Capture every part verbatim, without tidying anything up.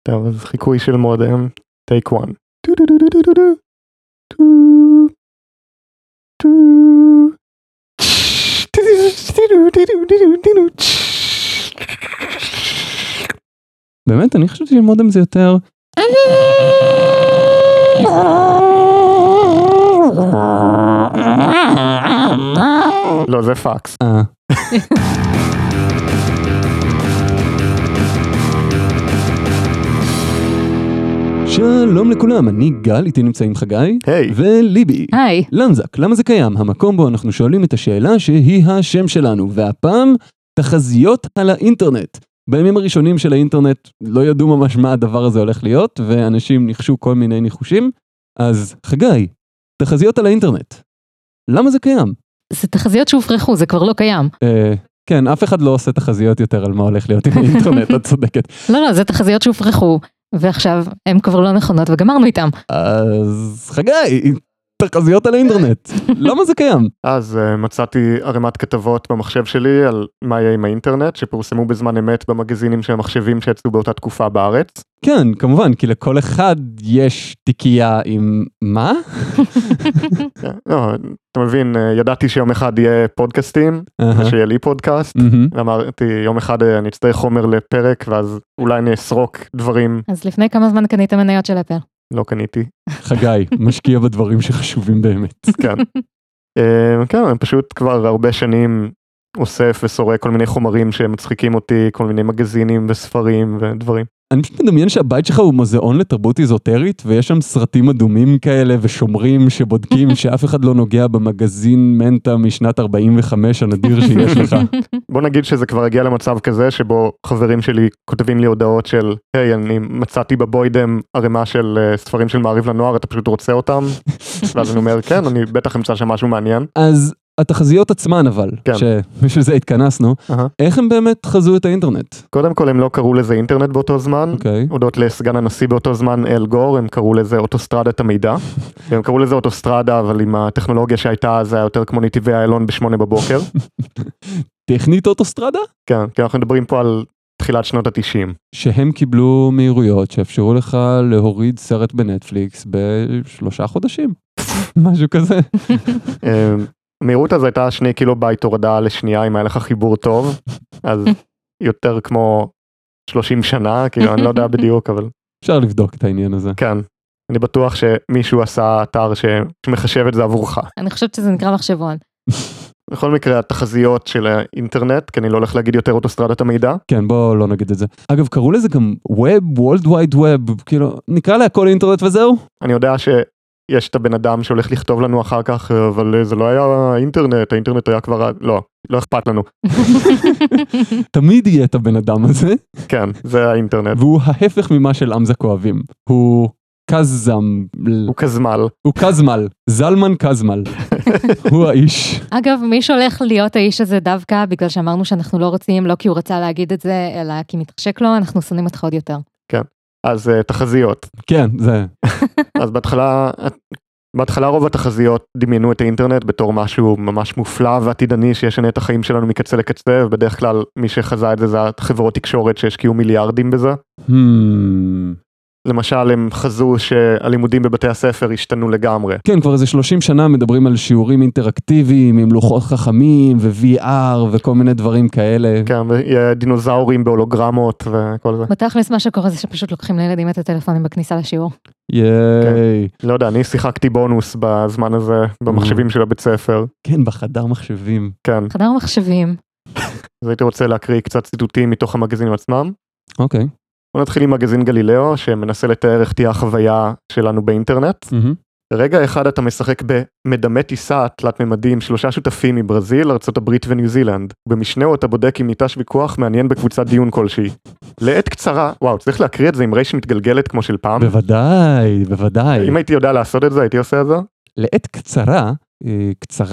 טוב, אז חיקוי של מודם, take one. באמת, אני חושב שמודם זה יותר... לא, זה פאקס. אה. שלום לכולם, אני גל, איתי נמצאים חגי. היי. וליבי. היי. לנזק, למה זה קיים? המקום בו אנחנו שואלים את השאלה שהיא השם שלנו, והפעם, תחזיות על האינטרנט. בימים הראשונים של האינטרנט לא ידעו ממש מה הדבר הזה הולך להיות, ואנשים ניחשו כל מיני ניחושים. אז חגי, תחזיות על האינטרנט. למה זה קיים? זה תחזיות שהופרחו, זה כבר לא קיים. אה, כן, אף אחד לא עושה תחזיות יותר על מה הולך להיות עם האינטרנט, את צודקת. לא, לא, זה תחזיות שהופרחו, ועכשיו הן כבר לא נכונות, וגמרנו איתם. אז חגי, תחזיות על האינטרנט. למה זה קיים? אז uh, מצאתי ערימת כתבות במחשב שלי על מה יהיה עם האינטרנט, שפורסמו בזמן אמת במגזינים של המחשבים שיצאו באותה תקופה בארץ. כן, כמובן, כי לכל אחד יש תיקייה עם מה? לא, אתה מבין, ידעתי שיום אחד יהיה פודקאסטים, שיהיה לי פודקאסט, ואמרתי יום אחד אני אצטרך חומר לפרק, ואז אולי אני אסרוק דברים. אז לפני כמה זמן קנית מניות של אפל? לא קניתי. חגי, משקיע בדברים שחשובים באמת. כן. כן, אני פשוט כבר הרבה שנים אוסף וסורק כל מיני חומרים שמצחיקים אותי, כל מיני מגזינים וספרים ודברים. אני פשוט מדמיין שהבית שלך הוא מוזיאון לתרבות איזוטרית, ויש שם סרטים אדומים כאלה ושומרים שבודקים שאף אחד לא נוגע במגזין מנטה משנת ארבעים וחמש הנדיר שיש לך. בוא נגיד שזה כבר הגיע למצב כזה שבו חברים שלי כותבים לי הודעות של, היי, אני מצאתי בבוידם ערימה של ספרים של מעריב לנוער, אתה פשוט רוצה אותם? ואז אני אומר, כן, אני בטח אמצא שם משהו מעניין. אז התחזיות עצמן אבל, כן. שבשביל זה התכנסנו, uh-huh. איך הם באמת חזו את האינטרנט? קודם כל הם לא קראו לזה אינטרנט באותו זמן, okay. הודות לסגן הנשיא באותו זמן אל גור, הם קראו לזה אוטוסטרדת המידע, הם קראו לזה אוטוסטרדה, אבל עם הטכנולוגיה שהייתה זה היה יותר כמו נתיבי איילון בשמונה בבוקר. טכנית אוטוסטרדה? כן, כי אנחנו מדברים פה על תחילת שנות התשעים. שהם קיבלו מהירויות שאפשרו לך להוריד סרט בנטפליקס בשלושה חודשים, משהו כזה. המהירות הזו הייתה שני קילו בייט הורדה לשנייה, אם היה לך חיבור טוב, אז יותר כמו שלושים שנה, כאילו אני לא יודע בדיוק, אבל... אפשר לבדוק את העניין הזה. כן, אני בטוח שמישהו עשה אתר שמחשב את זה עבורך. אני חושבת שזה נקרא מחשבון. בכל מקרה, התחזיות של האינטרנט, כי אני לא הולך להגיד יותר אוטוסטרדת המידע. כן, בוא לא נגיד את זה. אגב, קראו לזה גם Web, World Wide Web, כאילו, נקרא לה הכל אינטרנט וזהו? אני יודע ש... יש את הבן אדם שהולך לכתוב לנו אחר כך, אבל זה לא היה אינטרנט, האינטרנט היה כבר, לא, לא אכפת לנו. תמיד יהיה את הבן אדם הזה. כן, זה האינטרנט. והוא ההפך ממה של אמזק אוהבים. הוא קזם. הוא קזמל. הוא קזמל. זלמן קזמל. הוא האיש. אגב, מי שהולך להיות האיש הזה דווקא, בגלל שאמרנו שאנחנו לא רוצים, לא כי הוא רצה להגיד את זה, אלא כי מתחשק לו, אנחנו שונאים אותך עוד יותר. כן. אז uh, תחזיות. כן, זה. אז בהתחלה, בהתחלה רוב התחזיות דמיינו את האינטרנט בתור משהו ממש מופלא ועתידני שישנה את החיים שלנו מקצה לקצה, ובדרך כלל מי שחזה את זה זה חברות תקשורת שהשקיעו מיליארדים בזה. Hmm. למשל הם חזו שהלימודים בבתי הספר השתנו לגמרי. כן, כבר איזה שלושים שנה מדברים על שיעורים אינטראקטיביים עם לוחות חכמים ו-וי אר וכל מיני דברים כאלה. כן, דינוזאורים בהולוגרמות וכל זה. בתכלס מה שקורה זה שפשוט לוקחים לילדים את הטלפונים בכניסה לשיעור. ייי. לא יודע, אני שיחקתי בונוס בזמן הזה במחשבים של הבית ספר. כן, בחדר מחשבים. כן. חדר מחשבים. אז הייתי רוצה להקריא קצת ציטוטים מתוך המגזינים עצמם. אוקיי. בוא נתחיל עם מגזין גלילאו, שמנסה לתאר איך תהיה החוויה שלנו באינטרנט. רגע אחד אתה משחק במדמה טיסה תלת ממדי עם שלושה שותפים מברזיל, ארצות הברית וניו זילנד. במשנהו אתה בודק אם ניטש ויכוח מעניין בקבוצת דיון כלשהי. לעת קצרה, וואו, צריך להקריא את זה עם רייש מתגלגלת כמו של פעם. בוודאי, בוודאי. אם הייתי יודע לעשות את זה, הייתי עושה את זה? לעת קצרה, קצרה.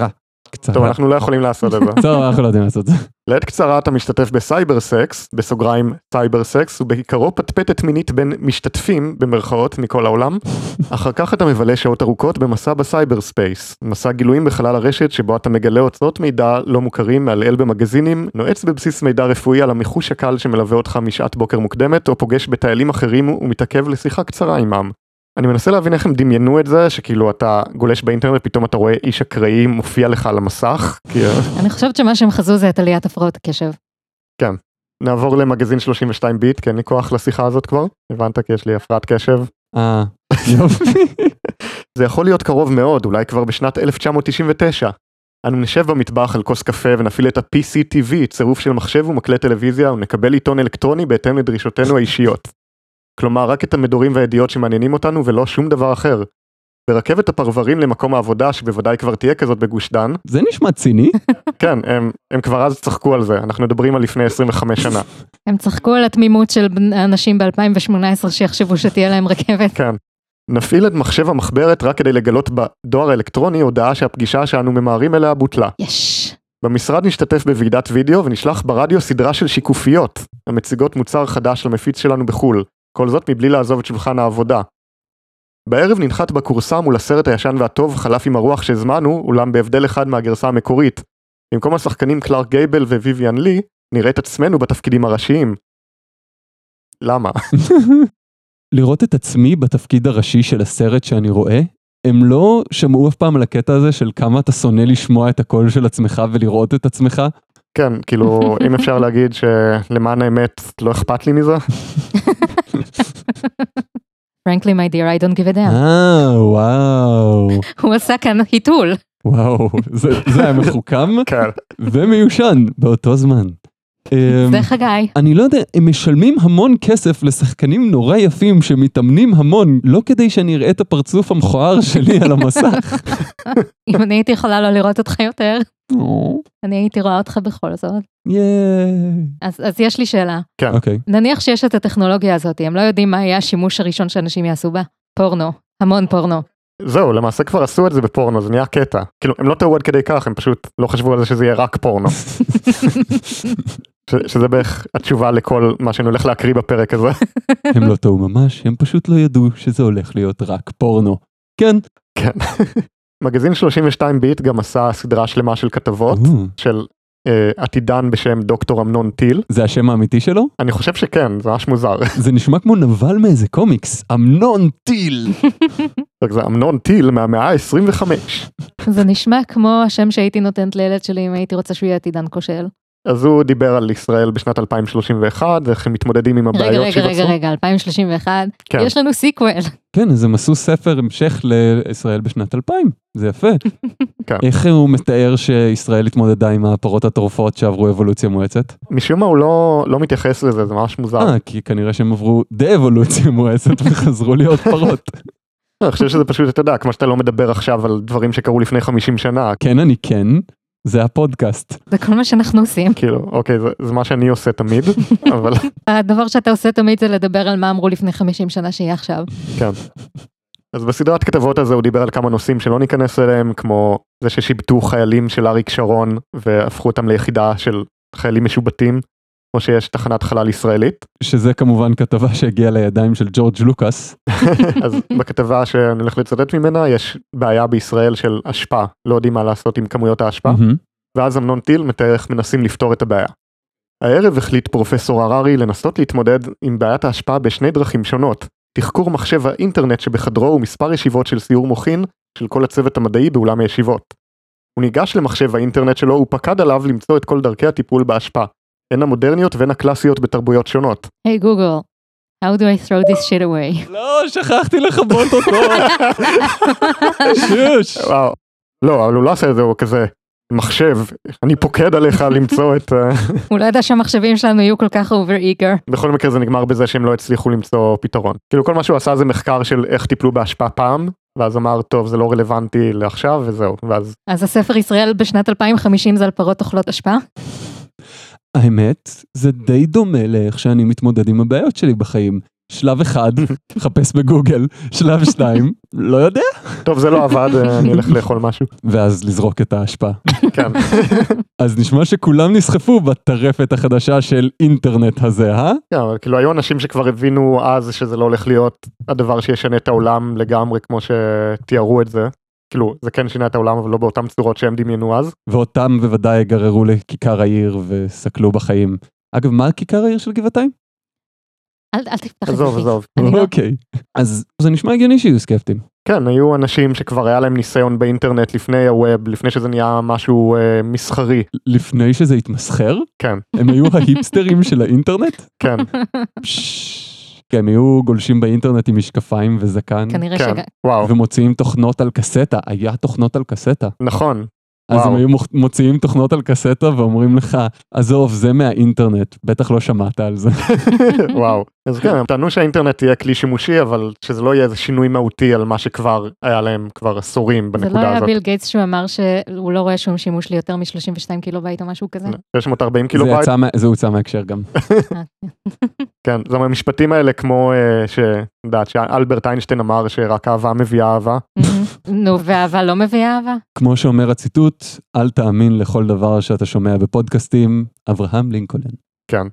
קצרה. טוב, אנחנו לא יכולים לעשות את זה. טוב, אנחנו לא יודעים לעשות את זה. לעת קצרה אתה משתתף בסייבר סקס, בסוגריים סייבר סקס, ובעיקרו פטפטת מינית בין משתתפים, במרכאות, מכל העולם. אחר כך אתה מבלה שעות ארוכות במסע בסייבר ספייס, מסע גילויים בחלל הרשת שבו אתה מגלה אוצרות מידע לא מוכרים, מעלעל במגזינים, נועץ בבסיס מידע רפואי על המחוש הקל שמלווה אותך משעת בוקר מוקדמת, או פוגש בתיילים אחרים ומתעכב לשיחה קצרה עמם. אני מנסה להבין איך הם דמיינו את זה, שכאילו אתה גולש באינטרנט, פתאום אתה רואה איש אקראי מופיע לך על המסך. אני חושבת שמה שהם חזו זה את עליית הפרעות הקשב. כן. נעבור למגזין שלושים ושתיים ביט, כי אין לי כוח לשיחה הזאת כבר. הבנת כי יש לי הפרעת קשב. אה, יופי. זה יכול להיות קרוב מאוד, אולי כבר בשנת אלף תשע מאות תשעים ותשע. אנו נשב במטבח על כוס קפה ונפעיל את ה-פי סי טי וי, צירוף של מחשב ומקלט טלוויזיה, ונקבל עיתון אלקטרוני בהתאם לדרישותינו האישיות. כלומר, רק את המדורים והידיעות שמעניינים אותנו ולא שום דבר אחר. ברכבת הפרברים למקום העבודה, שבוודאי כבר תהיה כזאת בגוש דן. זה נשמע ציני. כן, הם, הם כבר אז צחקו על זה, אנחנו מדברים על לפני עשרים וחמש שנה. הם צחקו על התמימות של אנשים ב-אלפיים ושמונה עשרה שיחשבו שתהיה להם רכבת. כן. נפעיל את מחשב המחברת רק כדי לגלות בדואר האלקטרוני הודעה שהפגישה שאנו ממהרים אליה בוטלה. יש. במשרד נשתתף בוועידת וידאו ונשלח ברדיו סדרה של שיקופיות, המציגות מוצר חדש למפיץ שלנו בחול. כל זאת מבלי לעזוב את שולחן העבודה. בערב ננחת בקורסה מול הסרט הישן והטוב חלף עם הרוח שהזמנו, אולם בהבדל אחד מהגרסה המקורית. במקום השחקנים קלארק גייבל וויביאן לי, נראה את עצמנו בתפקידים הראשיים. למה? לראות את עצמי בתפקיד הראשי של הסרט שאני רואה, הם לא שמעו אף פעם על הקטע הזה של כמה אתה שונא לשמוע את הקול של עצמך ולראות את עצמך? כן, כאילו, אם אפשר להגיד שלמען האמת לא אכפת לי מזה. Frankly, my dear, I don't give a damn. אה, וואו. הוא עשה כאן היתול. וואו, זה, זה היה מחוכם כן. ומיושן באותו זמן. זה חגי. אני לא יודע, הם משלמים המון כסף לשחקנים נורא יפים שמתאמנים המון, לא כדי שאני אראה את הפרצוף המכוער שלי על המסך. אם אני הייתי יכולה לא לראות אותך יותר, אני הייתי רואה אותך בכל זאת. אז, אז יש לי שאלה. כן. אוקיי. נניח שיש את הטכנולוגיה הזאת, הם לא יודעים מה יהיה השימוש הראשון שאנשים יעשו בה. פורנו. המון פורנו. זהו, למעשה כבר עשו את זה בפורנו, זה נהיה קטע. כאילו, הם לא טעו עד כדי כך, הם פשוט לא חשבו על זה שזה יהיה רק פורנו. ש- שזה בערך התשובה לכל מה שאני הולך להקריא בפרק הזה. הם לא טעו ממש, הם פשוט לא ידעו שזה הולך להיות רק פורנו. כן. כן. מגזין שלושים ושתיים ביט גם עשה סדרה שלמה של כתבות, של אה, עתידן בשם דוקטור אמנון טיל. זה השם האמיתי שלו? אני חושב שכן, זה ממש מוזר. זה נשמע כמו נבל מאיזה קומיקס, אמנון טיל. זה אמנון טיל מהמאה ה-עשרים וחמש. זה נשמע כמו השם שהייתי נותנת לילד שלי אם הייתי רוצה שהוא יהיה עתידן כושל. אז הוא דיבר על ישראל בשנת אלפיים שלושים ואחת, איך הם מתמודדים עם הבעיות רגע, שרצו. רגע, רגע, רגע, אלפיים שלושים ואחת, כן. יש לנו סיקוול. כן, אז הם עשו ספר המשך לישראל בשנת אלפיים, זה יפה. כן. איך הוא מתאר שישראל התמודדה עם הפרות הטורפות שעברו אבולוציה מואצת? משום מה הוא לא, לא מתייחס לזה, זה ממש מוזר. אה, כי כנראה שהם עברו דה-אבולוציה מואצת וחזרו להיות פרות. אני חושב שזה פשוט, אתה יודע, כמו שאתה לא מדבר עכשיו על דברים שקרו לפני חמישים שנה. כן, אני כן, זה הפודקאסט. זה כל מה שאנחנו עושים. כאילו, אוקיי, זה, זה מה שאני עושה תמיד, אבל... הדבר שאתה עושה תמיד זה לדבר על מה אמרו לפני חמישים שנה שיהיה עכשיו. כן. אז בסדרת כתבות הזה הוא דיבר על כמה נושאים שלא ניכנס אליהם, כמו זה ששיבטו חיילים של אריק שרון, והפכו אותם ליחידה של חיילים משובטים, או שיש תחנת חלל ישראלית. שזה כמובן כתבה שהגיעה לידיים של ג'ורג' לוקאס. אז בכתבה שאני הולך לצטט ממנה, יש בעיה בישראל של השפעה, לא יודעים מה לעשות עם כמויות ההשפעה, ואז אמנון טיל מתאר איך מנסים לפתור את הבעיה. הערב החליט פרופסור הררי לנסות להתמודד עם בעיית ההשפעה בשני דרכים שונות, תחקור מחשב האינטרנט שבחדרו ומספר ישיבות של סיור מוחין של כל הצוות המדעי באולם הישיבות. הוא ניגש למחשב האינטרנט שלו ופקד עליו למצוא את כל דרכי הטיפול בהשפעה, הן המודרניות והן הקלאסיות בתרבויות שונות. היי גוגל, how do I throw this shit away? לא, שכחתי לכבות אותו. שוש. וואו. לא, אבל הוא לא עושה את זה, הוא כזה מחשב, אני פוקד עליך למצוא את... הוא לא ידע שהמחשבים שלנו יהיו כל כך over eager. בכל מקרה זה נגמר בזה שהם לא הצליחו למצוא פתרון. כאילו כל מה שהוא עשה זה מחקר של איך טיפלו בהשפעה פעם, ואז אמר, טוב, זה לא רלוונטי לעכשיו, וזהו. ואז... אז הספר ישראל בשנת אלפיים וחמישים זה על פרות אוכלות השפעה? האמת, זה די דומה לאיך שאני מתמודד עם הבעיות שלי בחיים. שלב אחד, חפש בגוגל, שלב שתיים, לא יודע. טוב, זה לא עבד, אני אלך לאכול משהו. ואז לזרוק את ההשפעה. כן. אז נשמע שכולם נסחפו בטרפת החדשה של אינטרנט הזה, אה? כן, אבל כאילו היו אנשים שכבר הבינו אז שזה לא הולך להיות הדבר שישנה את העולם לגמרי כמו שתיארו את זה. כאילו, זה כן שינה את העולם, אבל לא באותם צורות שהם דמיינו אז. ואותם בוודאי גררו לכיכר העיר וסקלו בחיים. אגב, מה כיכר העיר של גבעתיים? אל תפתח את זה. עזוב, עזוב. אוקיי. אז זה נשמע הגיוני שיהיו סקפטים. כן, היו אנשים שכבר היה להם ניסיון באינטרנט לפני הווב, לפני שזה נהיה משהו אה, מסחרי. לפני שזה התמסחר? כן. הם היו ההיפסטרים של האינטרנט? כן. כן, הם היו גולשים באינטרנט עם משקפיים וזקן. כנראה כן, שגם. וואו. ומוציאים תוכנות על קסטה. היה תוכנות על קסטה. נכון. אז וואו. הם היו מוציאים תוכנות על קסטה ואומרים לך, עזוב, זה מהאינטרנט, בטח לא שמעת על זה. וואו. אז כן, הם טענו שהאינטרנט יהיה כלי שימושי, אבל שזה לא יהיה איזה שינוי מהותי על מה שכבר היה להם כבר עשורים בנקודה הזאת. זה לא היה ביל גייטס שהוא אמר שהוא לא רואה שום שימוש ליותר מ-שלושים ושתיים קילו בייט או משהו כזה? שש מאות וארבעים קילו בייט. זה הוצא מההקשר גם. כן, זה מהמשפטים האלה כמו שדעת שאלברט איינשטיין אמר שרק אהבה מביאה אהבה. נו, ואהבה לא מביאה אהבה? כמו שאומר הציטוט, אל תאמין לכל דבר שאתה שומע בפודקאסטים, אברהם לינקולן. כן.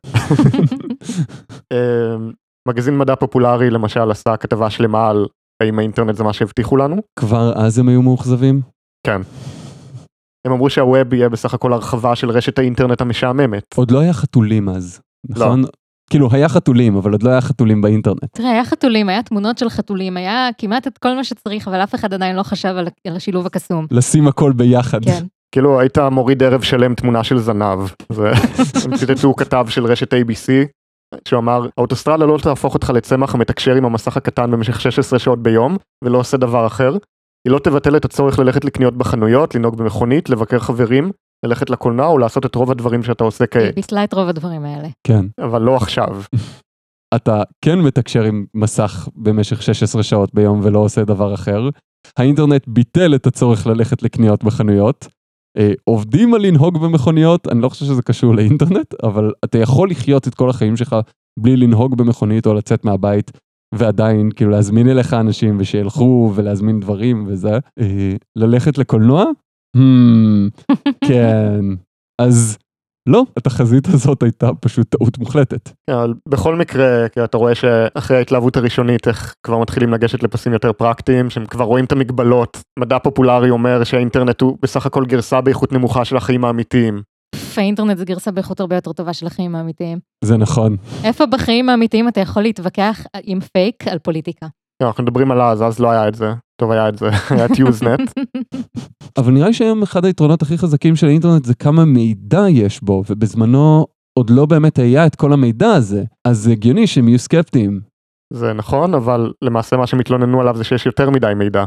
מגזין מדע פופולרי למשל עשה כתבה שלמה על האם האינטרנט זה מה שהבטיחו לנו. כבר אז הם היו מאוכזבים? כן. הם אמרו שהווב יהיה בסך הכל הרחבה של רשת האינטרנט המשעממת. עוד לא היה חתולים אז, נכון? לא. כאילו היה חתולים, אבל עוד לא היה חתולים באינטרנט. תראה, היה חתולים, היה תמונות של חתולים, היה כמעט את כל מה שצריך, אבל אף אחד עדיין לא חשב על, על השילוב הקסום. לשים הכל ביחד. כן. כאילו היית מוריד ערב שלם תמונה של זנב. זה, הם ציטטו כתב של רשת איי בי סי, שהוא אמר, האוטוסטרדה לא תהפוך אותך לצמח המתקשר עם המסך הקטן במשך שש עשרה שעות ביום, ולא עושה דבר אחר. היא לא תבטל את הצורך ללכת לקניות בחנויות, לנהוג במכונית, לבקר חברים, ללכת לקולנוע או לעשות את רוב הדברים שאתה עושה כעת. היא ביטלה את רוב הדברים האלה. כן. אבל לא עכשיו. אתה כן מתקשר עם מסך במשך שש עשרה שעות ביום ולא עושה דבר אחר. האינטרנט ביטל את הצורך ללכת לקניות בחנויות. אה, עובדים על לנהוג במכוניות, אני לא חושב שזה קשור לאינטרנט, אבל אתה יכול לחיות את כל החיים שלך בלי לנהוג במכונית או לצאת מהבית, ועדיין כאילו להזמין אליך אנשים ושילכו ולהזמין דברים וזה. אה, ללכת לקולנוע? Hmm, כן. אז לא, התחזית הזאת הייתה פשוט טעות מוחלטת. אבל בכל מקרה, אתה רואה שאחרי ההתלהבות הראשונית, איך כבר מתחילים לגשת לפסים יותר פרקטיים, שהם כבר רואים את המגבלות. מדע פופולרי אומר שהאינטרנט הוא בסך הכל גרסה באיכות נמוכה של החיים האמיתיים. האינטרנט זה גרסה באיכות הרבה יותר טובה של החיים האמיתיים. זה נכון. איפה בחיים האמיתיים אתה יכול להתווכח עם פייק על פוליטיקה? אנחנו מדברים על אז, אז לא היה את זה. טוב היה את זה, היה את יוזנט. אבל נראה לי שהיום אחד היתרונות הכי חזקים של האינטרנט זה כמה מידע יש בו, ובזמנו עוד לא באמת היה את כל המידע הזה, אז זה הגיוני שהם יהיו סקפטיים. זה נכון, אבל למעשה מה שמתלוננו עליו זה שיש יותר מדי מידע.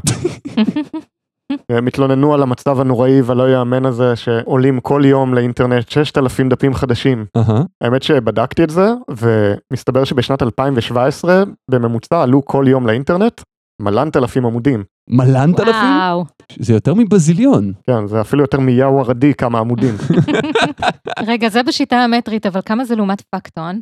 הם התלוננו על המצב הנוראי והלא יאמן הזה שעולים כל יום לאינטרנט ששת אלפים דפים חדשים. Uh-huh. האמת שבדקתי את זה, ומסתבר שבשנת אלפיים שבע עשרה בממוצע עלו כל יום לאינטרנט מלנת אלפים עמודים. מלנת אלפים? וואו. זה יותר מבזיליון. כן, זה אפילו יותר מיהו הרדי כמה עמודים. רגע, זה בשיטה המטרית, אבל כמה זה לעומת פקטון?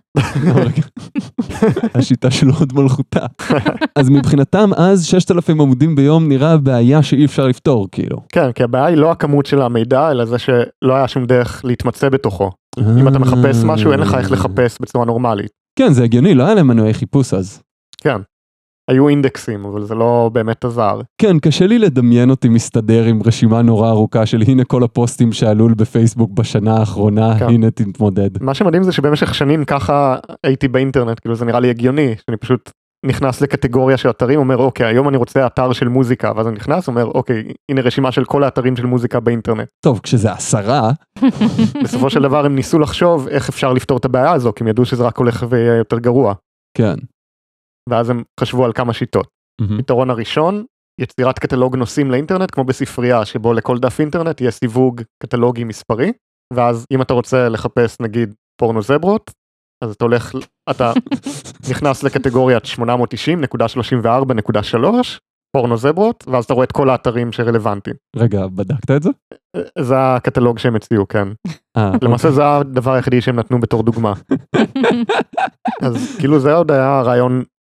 השיטה שלו עוד מלכותה. אז מבחינתם, אז ששת אלפים עמודים ביום נראה בעיה שאי אפשר לפתור, כאילו. כן, כי הבעיה היא לא הכמות של המידע, אלא זה שלא היה שום דרך להתמצא בתוכו. אם אתה מחפש משהו, אין לך איך לחפש בצורה נורמלית. כן, זה הגיוני, לא היה להם מנועי חיפוש אז. כן. היו אינדקסים, אבל זה לא באמת עזר. כן, קשה לי לדמיין אותי מסתדר עם רשימה נורא ארוכה של הנה כל הפוסטים שעלו בפייסבוק בשנה האחרונה, כן. הנה תתמודד. מה שמדהים זה שבמשך שנים ככה הייתי באינטרנט, כאילו זה נראה לי הגיוני, שאני פשוט נכנס לקטגוריה של אתרים, אומר אוקיי, היום אני רוצה אתר של מוזיקה, ואז אני נכנס, אומר אוקיי, הנה רשימה של כל האתרים של מוזיקה באינטרנט. טוב, כשזה עשרה. בסופו של דבר הם ניסו לחשוב איך אפשר לפתור את הבעיה הזו, כי הם ידעו שזה רק הולך ויהיה יותר גרוע. כן. ואז הם חשבו על כמה שיטות. Mm-hmm. פתרון הראשון, יצירת קטלוג נושאים לאינטרנט, כמו בספרייה, שבו לכל דף אינטרנט יהיה סיווג קטלוגי מספרי, ואז אם אתה רוצה לחפש נגיד פורנו זברות, אז אתה הולך, אתה נכנס לקטגוריית שמונה מאות תשעים נקודה שלושים וארבע נקודה שלוש, פורנו זברות, ואז אתה רואה את כל האתרים שרלוונטיים. רגע, בדקת את זה? זה הקטלוג שהם הציעו, כן. למעשה זה הדבר היחידי שהם נתנו בתור דוגמה. אז כאילו זה עוד היה רעיון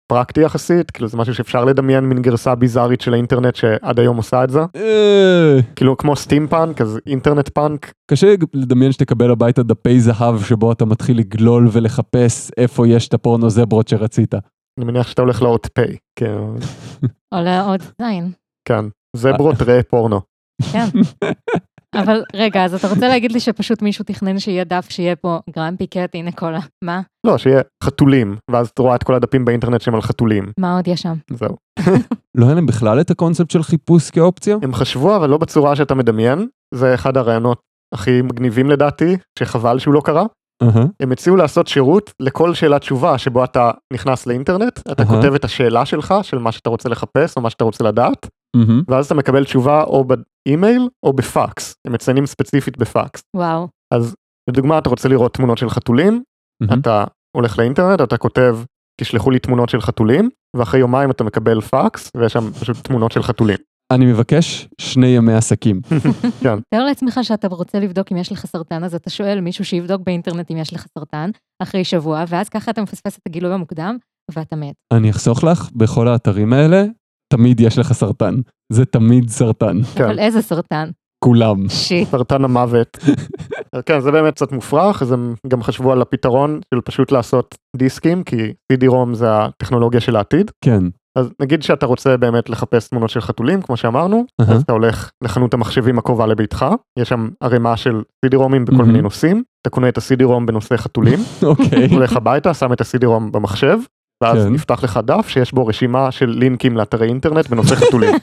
פרקטי יחסית, כאילו זה משהו שאפשר לדמיין מן גרסה ביזארית של האינטרנט שעד היום עושה את זה. כאילו כמו סטים פאנק, אז אינטרנט פאנק. קשה לדמיין שתקבל הביתה דפי זהב שבו אתה מתחיל לגלול ולחפש איפה יש את הפורנו זברות שרצית. אני מניח שאתה הולך לעוד פיי. כן. או לעוד זין. כן, זברות ראה פורנו. כן. אבל רגע, אז אתה רוצה להגיד לי שפשוט מישהו תכנן שיהיה דף שיהיה פה גרמפי קט, הנה כל ה... מה? לא, שיהיה חתולים, ואז אתה רואה את כל הדפים באינטרנט שהם על חתולים. מה עוד יש שם? זהו. לא היה להם בכלל את הקונספט של חיפוש כאופציה? הם חשבו, אבל לא בצורה שאתה מדמיין. זה אחד הרעיונות הכי מגניבים לדעתי, שחבל שהוא לא קרה. Uh-huh. הם הציעו לעשות שירות לכל שאלה תשובה, שבו אתה נכנס לאינטרנט, אתה uh-huh. כותב את השאלה שלך, של מה שאתה רוצה לחפש, או מה שאתה רוצה לדעת, uh-huh. ואז אתה מקבל תשובה או באימייל, או בפקס. הם מציינים ספציפית בפקס. וואו. אז לדוגמה, אתה רוצה לראות תמונות של חתולים, uh-huh. אתה הולך לאינטרנט, אתה כותב, תשלחו לי תמונות של חתולים, ואחרי יומיים אתה מקבל פקס, ויש שם פשוט תמונות של חתולים. אני מבקש שני ימי עסקים. כן. תאר לעצמך שאתה רוצה לבדוק אם יש לך סרטן, אז אתה שואל מישהו שיבדוק באינטרנט אם יש לך סרטן, אחרי שבוע, ואז ככה אתה מפספס את הגילוי המוקדם, ואתה מת. אני אחסוך לך, בכל האתרים האלה, תמיד יש לך סרטן. זה תמיד סרטן. אבל איזה סרטן? כולם. שיט. סרטן המוות. כן, זה באמת קצת מופרך, אז הם גם חשבו על הפתרון של פשוט לעשות דיסקים, כי סי די רום זה הטכנולוגיה של העתיד. כן. אז נגיד שאתה רוצה באמת לחפש תמונות של חתולים, כמו שאמרנו, uh-huh. אז אתה הולך לחנות המחשבים הקרובה לביתך, יש שם ערימה של סי די רומים בכל uh-huh. מיני נושאים, אתה קונה את ה-סי די רום בנושא חתולים, אוקיי. הולך הביתה, שם את ה-סי די רום במחשב, ואז כן. נפתח לך דף שיש בו רשימה של לינקים לאתרי אינטרנט בנושא חתולים.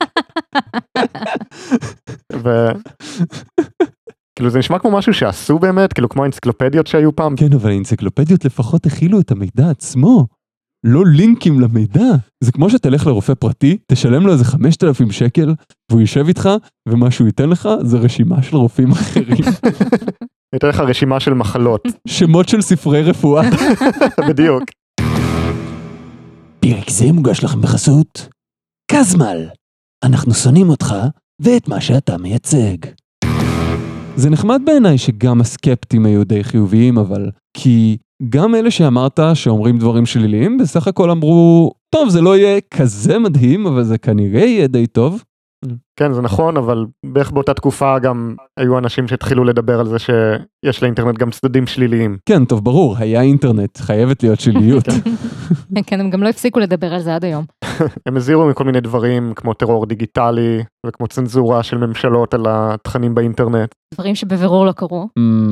ו... כאילו זה נשמע כמו משהו שעשו באמת, כאילו כמו האנציקלופדיות שהיו פעם. כן, אבל האנציקלופדיות לפחות הכילו את המידע עצמו. לא לינקים למידע. זה כמו שתלך לרופא פרטי, תשלם לו איזה חמשת אלפים שקל, והוא יישב איתך, ומה שהוא ייתן לך זה רשימה של רופאים אחרים. ייתן לך רשימה של מחלות. שמות של ספרי רפואה. בדיוק. פרק זה מוגש לכם בחסות. קזמל, אנחנו שונאים אותך, ואת מה שאתה מייצג. זה נחמד בעיניי שגם הסקפטים היו די חיוביים, אבל כי גם אלה שאמרת שאומרים דברים שליליים, בסך הכל אמרו, טוב, זה לא יהיה כזה מדהים, אבל זה כנראה יהיה די טוב. כן, זה נכון, אבל בערך באותה תקופה גם היו אנשים שהתחילו לדבר על זה שיש לאינטרנט גם צדדים שליליים. כן, טוב, ברור, היה אינטרנט, חייבת להיות שליליות. כן, הם גם לא הפסיקו לדבר על זה עד היום. הם הזהירו מכל מיני דברים, כמו טרור דיגיטלי, וכמו צנזורה של ממשלות על התכנים באינטרנט. דברים שבבירור לא קרו.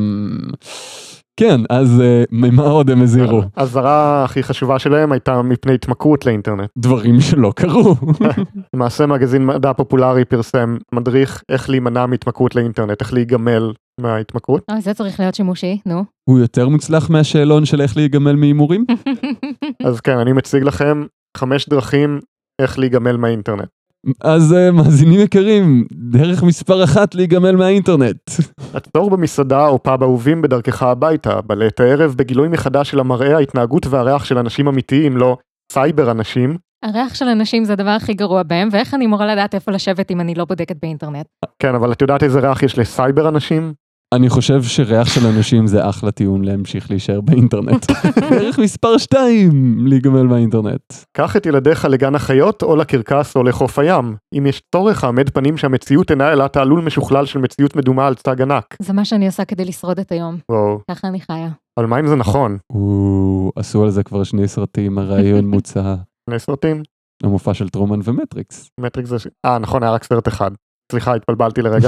כן, אז ממה עוד הם הזהירו? הזרה הכי חשובה שלהם הייתה מפני התמכרות לאינטרנט. דברים שלא קרו. למעשה מגזין מדע פופולרי פרסם מדריך איך להימנע מהתמכרות לאינטרנט, איך להיגמל מההתמכרות. זה צריך להיות שימושי, נו. הוא יותר מוצלח מהשאלון של איך להיגמל מהימורים? אז כן, אני מציג לכם חמש דרכים איך להיגמל מהאינטרנט. אז מאזינים יקרים, דרך מספר אחת להיגמל מהאינטרנט. עצור במסעדה או פאב אהובים בדרכך הביתה, בלעת הערב בגילוי מחדש של המראה, ההתנהגות והריח של אנשים אמיתיים, לא סייבר אנשים. הריח של אנשים זה הדבר הכי גרוע בהם, ואיך אני אמורה לדעת איפה לשבת אם אני לא בודקת באינטרנט? כן, אבל את יודעת איזה ריח יש לסייבר אנשים? אני חושב שריח של אנשים זה אחלה טיעון להמשיך להישאר באינטרנט. דרך מספר שתיים להיגמל מהאינטרנט. קח את ילדיך לגן החיות או לקרקס או לחוף הים. אם יש צורך, העמד פנים שהמציאות אינה אלא תעלול משוכלל של מציאות מדומה על צג ענק. זה מה שאני עושה כדי לשרוד את היום. וואו. ככה אני חיה. אבל מה אם זה נכון? עשו על זה כבר שני סרטים, הרעיון מוצא. שני סרטים? המופע של טרומן ומטריקס. מטריקס זה... אה, נכון, היה רק סרט אחד. סליחה, התבלבלתי לרגע.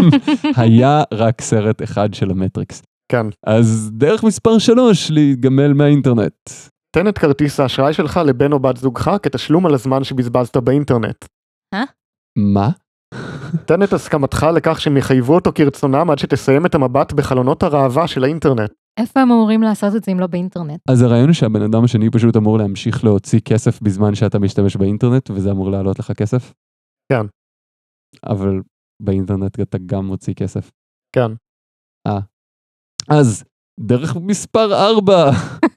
היה רק סרט אחד של המטריקס. כן. אז דרך מספר שלוש להיגמל מהאינטרנט. תן את כרטיס האשראי שלך לבן או בת זוגך כתשלום על הזמן שבזבזת באינטרנט. אה? מה? תן את הסכמתך לכך שהם יחייבו אותו כרצונם עד שתסיים את המבט בחלונות הראווה של האינטרנט. איפה הם אמורים לעשות את זה אם לא באינטרנט? אז הרעיון הוא שהבן אדם השני פשוט אמור להמשיך להוציא כסף בזמן שאתה משתמש באינטרנט, וזה אמור לעלות לך כסף? כן. אבל באינטרנט אתה גם מוציא כסף. כן. אה. אז דרך מספר ארבע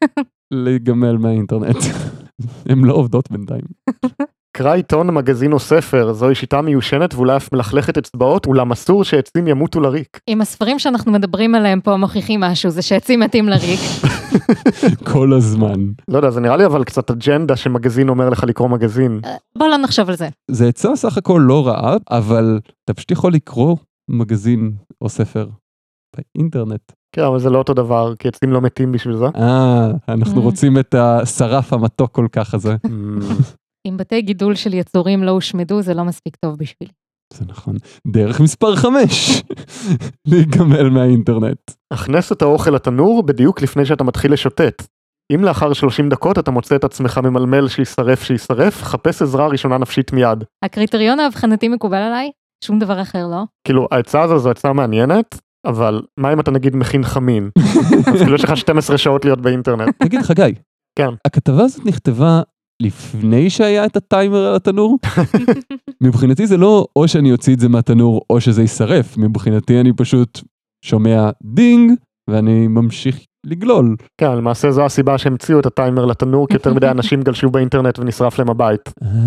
להיגמל מהאינטרנט. הן לא עובדות בינתיים. קרא עיתון, מגזין או ספר, זוהי שיטה מיושנת ואולי אף מלכלכת אצבעות, אולם אסור שעצים ימותו לריק. אם הספרים שאנחנו מדברים עליהם פה מוכיחים משהו, זה שעצים מתים לריק. כל הזמן. לא יודע, זה נראה לי אבל קצת אג'נדה שמגזין אומר לך לקרוא מגזין. בוא לא נחשוב על זה. זה עצה סך הכל לא רעה, אבל אתה פשוט יכול לקרוא מגזין או ספר באינטרנט. כן, אבל זה לא אותו דבר, כי עצים לא מתים בשביל זה. אה, אנחנו רוצים את השרף המתוק כל כך הזה. אם בתי גידול של יצורים לא הושמדו, זה לא מספיק טוב בשבילי. זה נכון. דרך מספר חמש, להיגמל מהאינטרנט. הכנס את האוכל לתנור בדיוק לפני שאתה מתחיל לשוטט. אם לאחר שלושים דקות אתה מוצא את עצמך ממלמל שישרף שישרף, חפש עזרה ראשונה נפשית מיד. הקריטריון ההבחנתי מקובל עליי? שום דבר אחר לא? כאילו, ההצעה הזו זו הצעה מעניינת, אבל מה אם אתה נגיד מכין חמין? אז כאילו יש לך שתים עשרה שעות להיות באינטרנט. תגיד חגי, כן. הכתבה הזאת נכתבה לפני שהיה את הטיימר על התנור? מבחינתי זה לא או שאני אוציא את זה מהתנור או שזה יישרף, מבחינתי אני פשוט שומע דינג ואני ממשיך לגלול. כן, למעשה זו הסיבה שהמציאו את הטיימר לתנור, כי יותר מדי אנשים גלשו באינטרנט ונשרף להם הבית.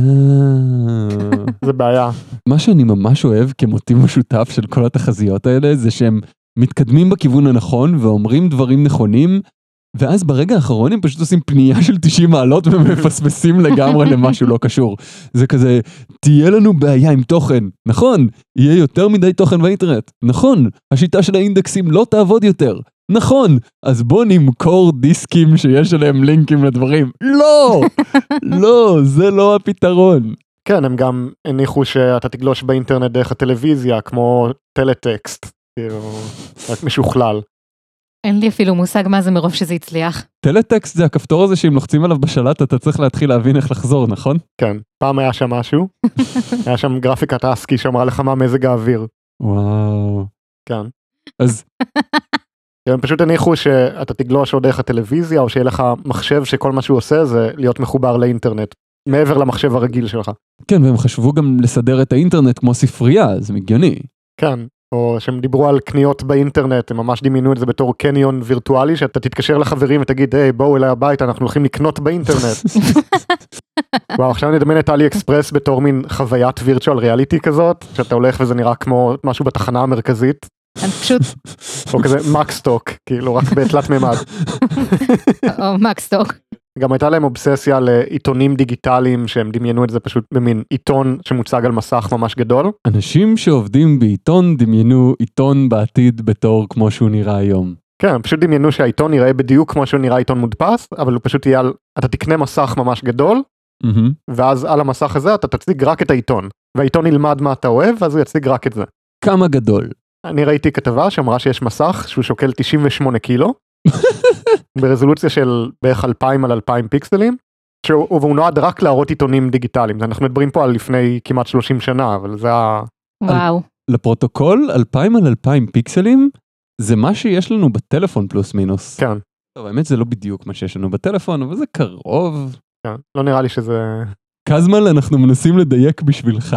זה בעיה. מה שאני ממש אוהב כמוטיב משותף של כל התחזיות האלה, זה שהם מתקדמים בכיוון הנכון ואומרים דברים נכונים, ואז ברגע האחרון הם פשוט עושים פנייה של תשעים מעלות ומפספסים לגמרי למשהו לא קשור. זה כזה, תהיה לנו בעיה עם תוכן. נכון, יהיה יותר מדי תוכן באינטרנט. נכון, השיטה של האינדקסים לא תעבוד יותר. נכון, אז בוא נמכור דיסקים שיש עליהם לינקים לדברים. לא, לא, זה לא הפתרון. כן, הם גם הניחו שאתה תגלוש באינטרנט דרך הטלוויזיה, כמו טלטקסט, רק משוכלל. אין לי אפילו מושג מה זה מרוב שזה הצליח. טלטקסט זה הכפתור הזה שאם לוחצים עליו בשלט אתה צריך להתחיל להבין איך לחזור, נכון? כן, פעם היה שם משהו, היה שם גרפיקת אסקי שאמרה לך מה מזג האוויר. וואו. כן. אז... הם פשוט הניחו שאתה תגלוש או דרך הטלוויזיה, או שיהיה לך מחשב שכל מה שהוא עושה זה להיות מחובר לאינטרנט, מעבר למחשב הרגיל שלך. כן, והם חשבו גם לסדר את האינטרנט כמו ספרייה, זה מגיוני. כן, או שהם דיברו על קניות באינטרנט, הם ממש דמיינו את זה בתור קניון וירטואלי, שאתה תתקשר לחברים ותגיד, היי, בואו אליי הביתה, אנחנו הולכים לקנות באינטרנט. וואו, עכשיו אני אדמיין את אלי אקספרס בתור מין חוויית וירטואל ריאליטי כזאת, שאתה הולך וזה נראה כמו משהו בתחנה המרכזית. אני פשוט... או כזה מקסטוק, כאילו רק בתלת מימד. או מקסטוק. גם הייתה להם אובססיה לעיתונים דיגיטליים, שהם דמיינו את זה פשוט במין עיתון שמוצג על מסך ממש גדול. אנשים שעובדים בעיתון דמיינו עיתון בעתיד בתור כמו שהוא נראה היום. כן, פשוט דמיינו שהעיתון יראה בדיוק כמו שהוא נראה עיתון מודפס, אבל הוא פשוט יהיה על... אתה תקנה מסך ממש גדול, ואז על המסך הזה אתה תציג רק את העיתון. והעיתון ילמד מה אתה אוהב, ואז הוא יציג רק את זה. כמה גדול? אני ראיתי כתבה שאמרה שיש מסך שהוא שוקל תשעים ושמונה קילו, ברזולוציה של בערך אלפיים על אלפיים פיקסלים, והוא נועד רק להראות עיתונים דיגיטליים. אנחנו מדברים פה על לפני כמעט שלושים שנה, אבל זה ה... וואו. לפרוטוקול, אלפיים על אלפיים פיקסלים, זה מה שיש לנו בטלפון פלוס מינוס. כן. טוב, האמת זה לא בדיוק מה שיש לנו בטלפון, אבל זה קרוב. כן, לא נראה לי שזה... קזמל, אנחנו מנסים לדייק בשבילך.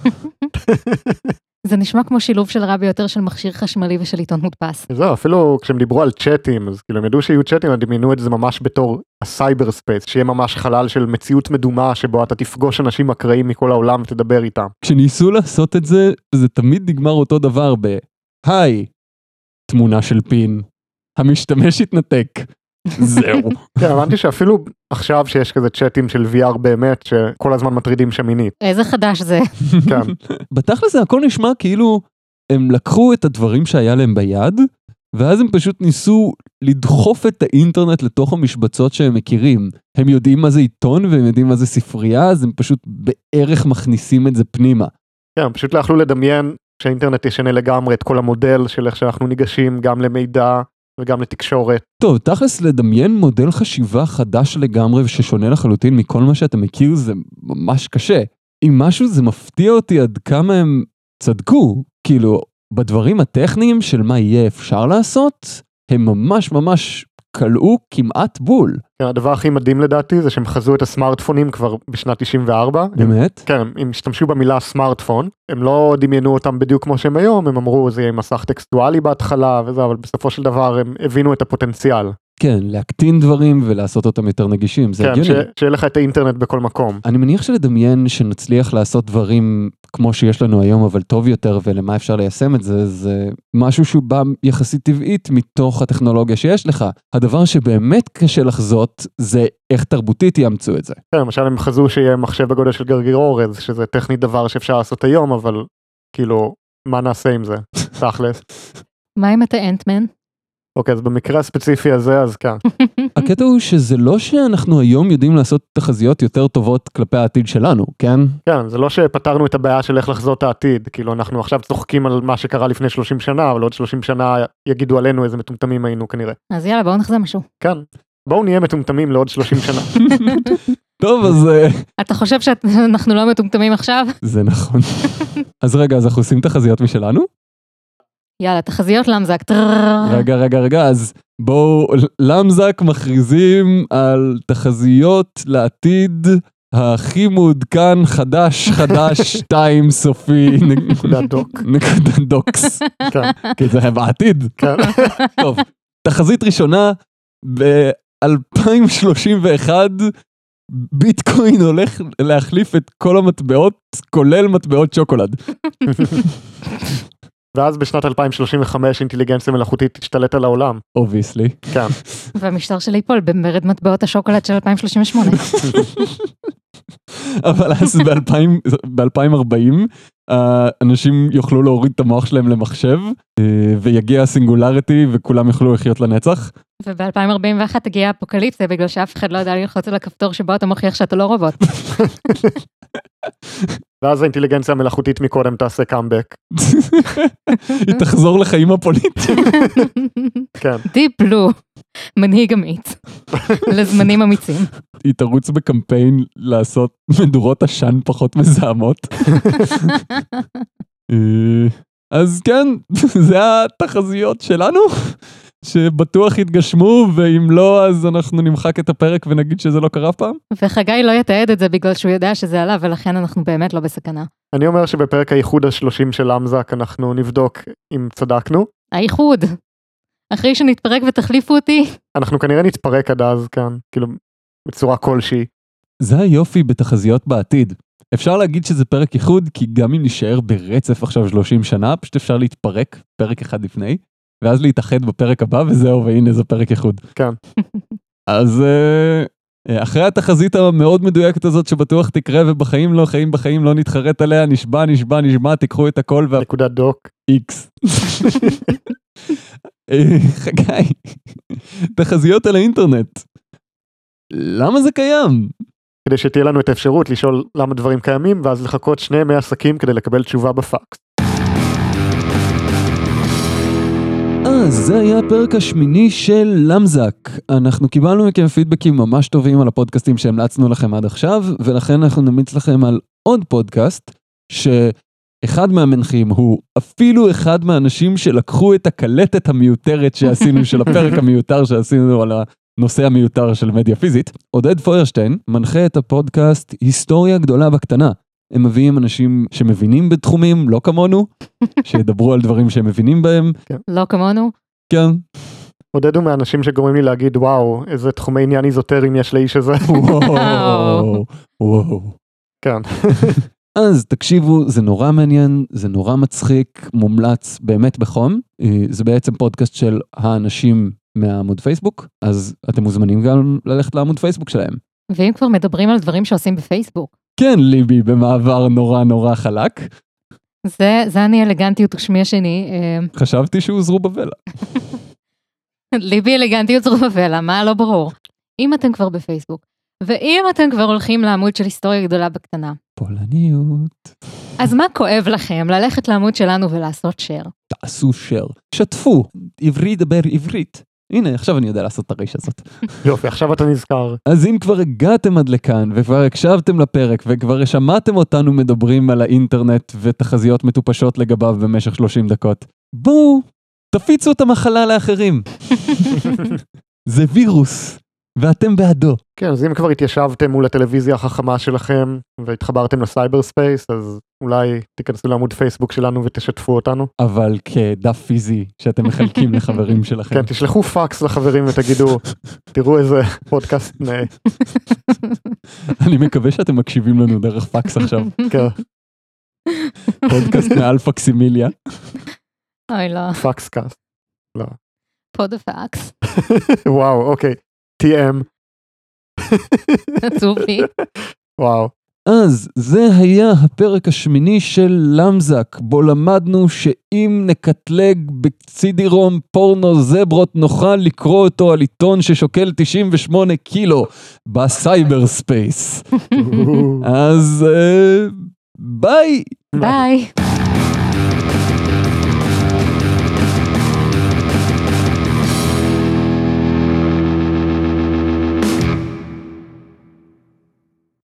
זה נשמע כמו שילוב של רע ביותר של מכשיר חשמלי ושל עיתון מודפס. זהו, אפילו כשהם דיברו על צ'אטים, אז כאילו הם ידעו שיהיו צ'אטים, הם דמיינו את זה ממש בתור הסייבר ספייס, שיהיה ממש חלל של מציאות מדומה, שבו אתה תפגוש אנשים אקראיים מכל העולם ותדבר איתם. כשניסו לעשות את זה, זה תמיד נגמר אותו דבר ב, היי, תמונה של פין, המשתמש התנתק, זהו. כן, הבנתי שאפילו עכשיו שיש כזה צ'אטים של וי אר באמת, שכל הזמן מטרידים שמינית. איזה חדש זה. כן. בתכל'ס זה הכל נשמע כאילו הם לקחו את הדברים שהיה להם ביד, ואז הם פשוט ניסו לדחוף את האינטרנט לתוך המשבצות שהם מכירים. הם יודעים מה זה עיתון והם יודעים מה זה ספרייה, אז הם פשוט בערך מכניסים את זה פנימה. כן, פשוט לא יכלו לדמיין שהאינטרנט ישנה לגמרי את כל המודל של איך שאנחנו ניגשים גם למידע וגם לתקשורת. טוב, תכלס לדמיין מודל חשיבה חדש לגמרי וששונה לחלוטין מכל מה שאתה מכיר זה ממש קשה. אם משהו זה מפתיע אותי עד כמה הם צדקו, כאילו בדברים הטכניים של מה יהיה אפשר לעשות, הם ממש ממש קלעו כמעט בול. כן, הדבר הכי מדהים לדעתי זה שהם חזו את הסמארטפונים כבר בשנת תשעים וארבע. באמת? כן, הם השתמשו במילה סמארטפון, הם לא דמיינו אותם בדיוק כמו שהם היום, הם אמרו זה יהיה מסך טקסטואלי בהתחלה וזה, אבל בסופו של דבר הם הבינו את הפוטנציאל. כן, להקטין דברים ולעשות אותם יותר נגישים, זה כן, הגיוני. ש- שיהיה לך את האינטרנט בכל מקום. אני מניח שלדמיין שנצליח לעשות דברים כמו שיש לנו היום, אבל טוב יותר, ולמה אפשר ליישם את זה, זה משהו שהוא בא יחסית טבעית מתוך הטכנולוגיה שיש לך. הדבר שבאמת קשה לחזות, זה איך תרבותית יאמצו את זה. כן, למשל הם חזו שיהיה מחשב בגודל של גרגיר אורז, שזה טכנית דבר שאפשר לעשות היום, אבל כאילו, מה נעשה עם זה? תכלס. מה אם אתה אנטמן? אוקיי, אז במקרה הספציפי הזה, אז כן. הקטע הוא שזה לא שאנחנו היום יודעים לעשות תחזיות יותר טובות כלפי העתיד שלנו, כן? כן, זה לא שפתרנו את הבעיה של איך לחזות העתיד, כאילו אנחנו עכשיו צוחקים על מה שקרה לפני שלושים שנה, אבל עוד שלושים שנה יגידו עלינו איזה מטומטמים היינו כנראה. אז יאללה, בואו נחזה משהו. כן, בואו נהיה מטומטמים לעוד שלושים שנה. טוב, אז אתה חושב שאנחנו לא מטומטמים עכשיו? זה נכון. אז רגע, אז אנחנו עושים תחזיות משלנו? יאללה, תחזיות למזק. רגע, רגע, רגע, אז בואו, למזק מכריזים על תחזיות לעתיד הכי מעודכן, חדש, חדש, שתיים, סופי, נקודה דוק. נקודה דוקס. כן, כי זה בעתיד. כן. טוב, תחזית ראשונה, ב-אלפיים שלושים ואחת, ביטקוין הולך להחליף את כל המטבעות, כולל מטבעות שוקולד. ואז בשנת אלפיים שלושים וחמש אינטליגנציה מלאכותית תשתלט על העולם. אובייסלי. כן. והמשטר שלי ייפול במרד מטבעות השוקולד של אלפיים שלושים ושמונה. אבל אז ב-אלפיים ארבעים, אנשים יוכלו להוריד את המוח שלהם למחשב, ויגיע הסינגולריטי וכולם יוכלו לחיות לנצח. וב-אלפיים ארבעים ואחת תגיע אפוקליפסיה, בגלל שאף אחד לא יודע ללחוץ על הכפתור שבו אתה מוכיח שאתה לא רובוט. ואז האינטליגנציה המלאכותית מקודם תעשה קאמבק. היא תחזור לחיים הפוליטיים. כן. דיפ בלו, מנהיג אמיץ, לזמנים אמיצים. היא תרוץ בקמפיין לעשות מדורות עשן פחות מזהמות. אז כן, זה התחזיות שלנו, שבטוח יתגשמו, ואם לא, אז אנחנו נמחק את הפרק ונגיד שזה לא קרה פעם. וחגי לא יתעד את זה בגלל שהוא יודע שזה עליו, ולכן אנחנו באמת לא בסכנה. אני אומר שבפרק הייחוד השלושים של למזק אנחנו נבדוק אם צדקנו. הייחוד. אחרי שנתפרק ותחליפו אותי. אנחנו כנראה נתפרק עד אז כאן, כאילו בצורה כלשהי. זה היופי בתחזיות בעתיד. אפשר להגיד שזה פרק ייחוד, כי גם אם נשאר ברצף עכשיו שלושים שנה, פשוט אפשר להתפרק פרק אחד לפני, ואז להתאחד בפרק הבא, וזהו, והנה זה פרק ייחוד. כן. אז אחרי התחזית המאוד מדויקת הזאת, שבטוח תקרה, ובחיים לא, חיים בחיים לא נתחרט עליה, נשבע, נשבע, נשבע, תיקחו את הכל, וה... נקודה דוק. איקס. חגי, תחזיות על האינטרנט. למה זה קיים? כדי שתהיה לנו את האפשרות לשאול למה דברים קיימים, ואז לחכות שני ימי עסקים כדי לקבל תשובה בפקס. אז זה היה הפרק השמיני של למזק. אנחנו קיבלנו מכם פידבקים ממש טובים על הפודקאסטים שהמלצנו לכם עד עכשיו, ולכן אנחנו נמיץ לכם על עוד פודקאסט, שאחד מהמנחים הוא אפילו אחד מהאנשים שלקחו את הקלטת המיותרת שעשינו, של הפרק המיותר שעשינו על הנושא המיותר של מדיה פיזית. עודד פוירשטיין מנחה את הפודקאסט היסטוריה גדולה בקטנה. הם מביאים אנשים שמבינים בתחומים, לא כמונו, שידברו על דברים שהם מבינים בהם. לא כמונו? כן. עודד הוא מהאנשים שגורמים לי להגיד, וואו, איזה תחומי עניין איזוטריים יש לאיש הזה. וואו, וואו. כן. אז תקשיבו, זה נורא מעניין, זה נורא מצחיק, מומלץ באמת בחום. זה בעצם פודקאסט של האנשים מהעמוד פייסבוק, אז אתם מוזמנים גם ללכת לעמוד פייסבוק שלהם. ואם כבר מדברים על דברים שעושים בפייסבוק. כן, ליבי, במעבר נורא נורא חלק. זה, זה אני אלגנטיות ושמי השני. חשבתי שהוא זרובבל. ליבי אלגנטיות זרובבל, מה לא ברור. אם אתם כבר בפייסבוק, ואם אתם כבר הולכים לעמוד של היסטוריה גדולה בקטנה. פולניות. אז מה כואב לכם ללכת לעמוד שלנו ולעשות שייר? תעשו שייר. שתפו, עברי דבר עברית. הנה, עכשיו אני יודע לעשות את הרעש הזאת. יופי, עכשיו אתה נזכר. אז אם כבר הגעתם עד לכאן, וכבר הקשבתם לפרק, וכבר שמעתם אותנו מדברים על האינטרנט ותחזיות מטופשות לגביו במשך שלושים דקות, בואו, תפיצו את המחלה לאחרים. זה וירוס, ואתם בעדו. כן, אז אם כבר התיישבתם מול הטלוויזיה החכמה שלכם, והתחברתם לסייבר ספייס, אז אולי תיכנסו לעמוד פייסבוק שלנו ותשתפו אותנו. אבל כדף פיזי שאתם מחלקים לחברים שלכם. כן, תשלחו פקס לחברים ותגידו, תראו איזה פודקאסט נאה. אני מקווה שאתם מקשיבים לנו דרך פקס עכשיו. כן. פודקאסט מעל פקסימיליה. אוי לא. פקס קאסט. לא. פוד הפקס. וואו, אוקיי. טי אם. עצוב לי. וואו. אז זה היה הפרק השמיני של למזק, בו למדנו שאם נקטלג בצידירום פורנו זברות נוכל לקרוא אותו על עיתון ששוקל תשעים ושמונה קילו בסייבר ספייס. אז ביי! ביי.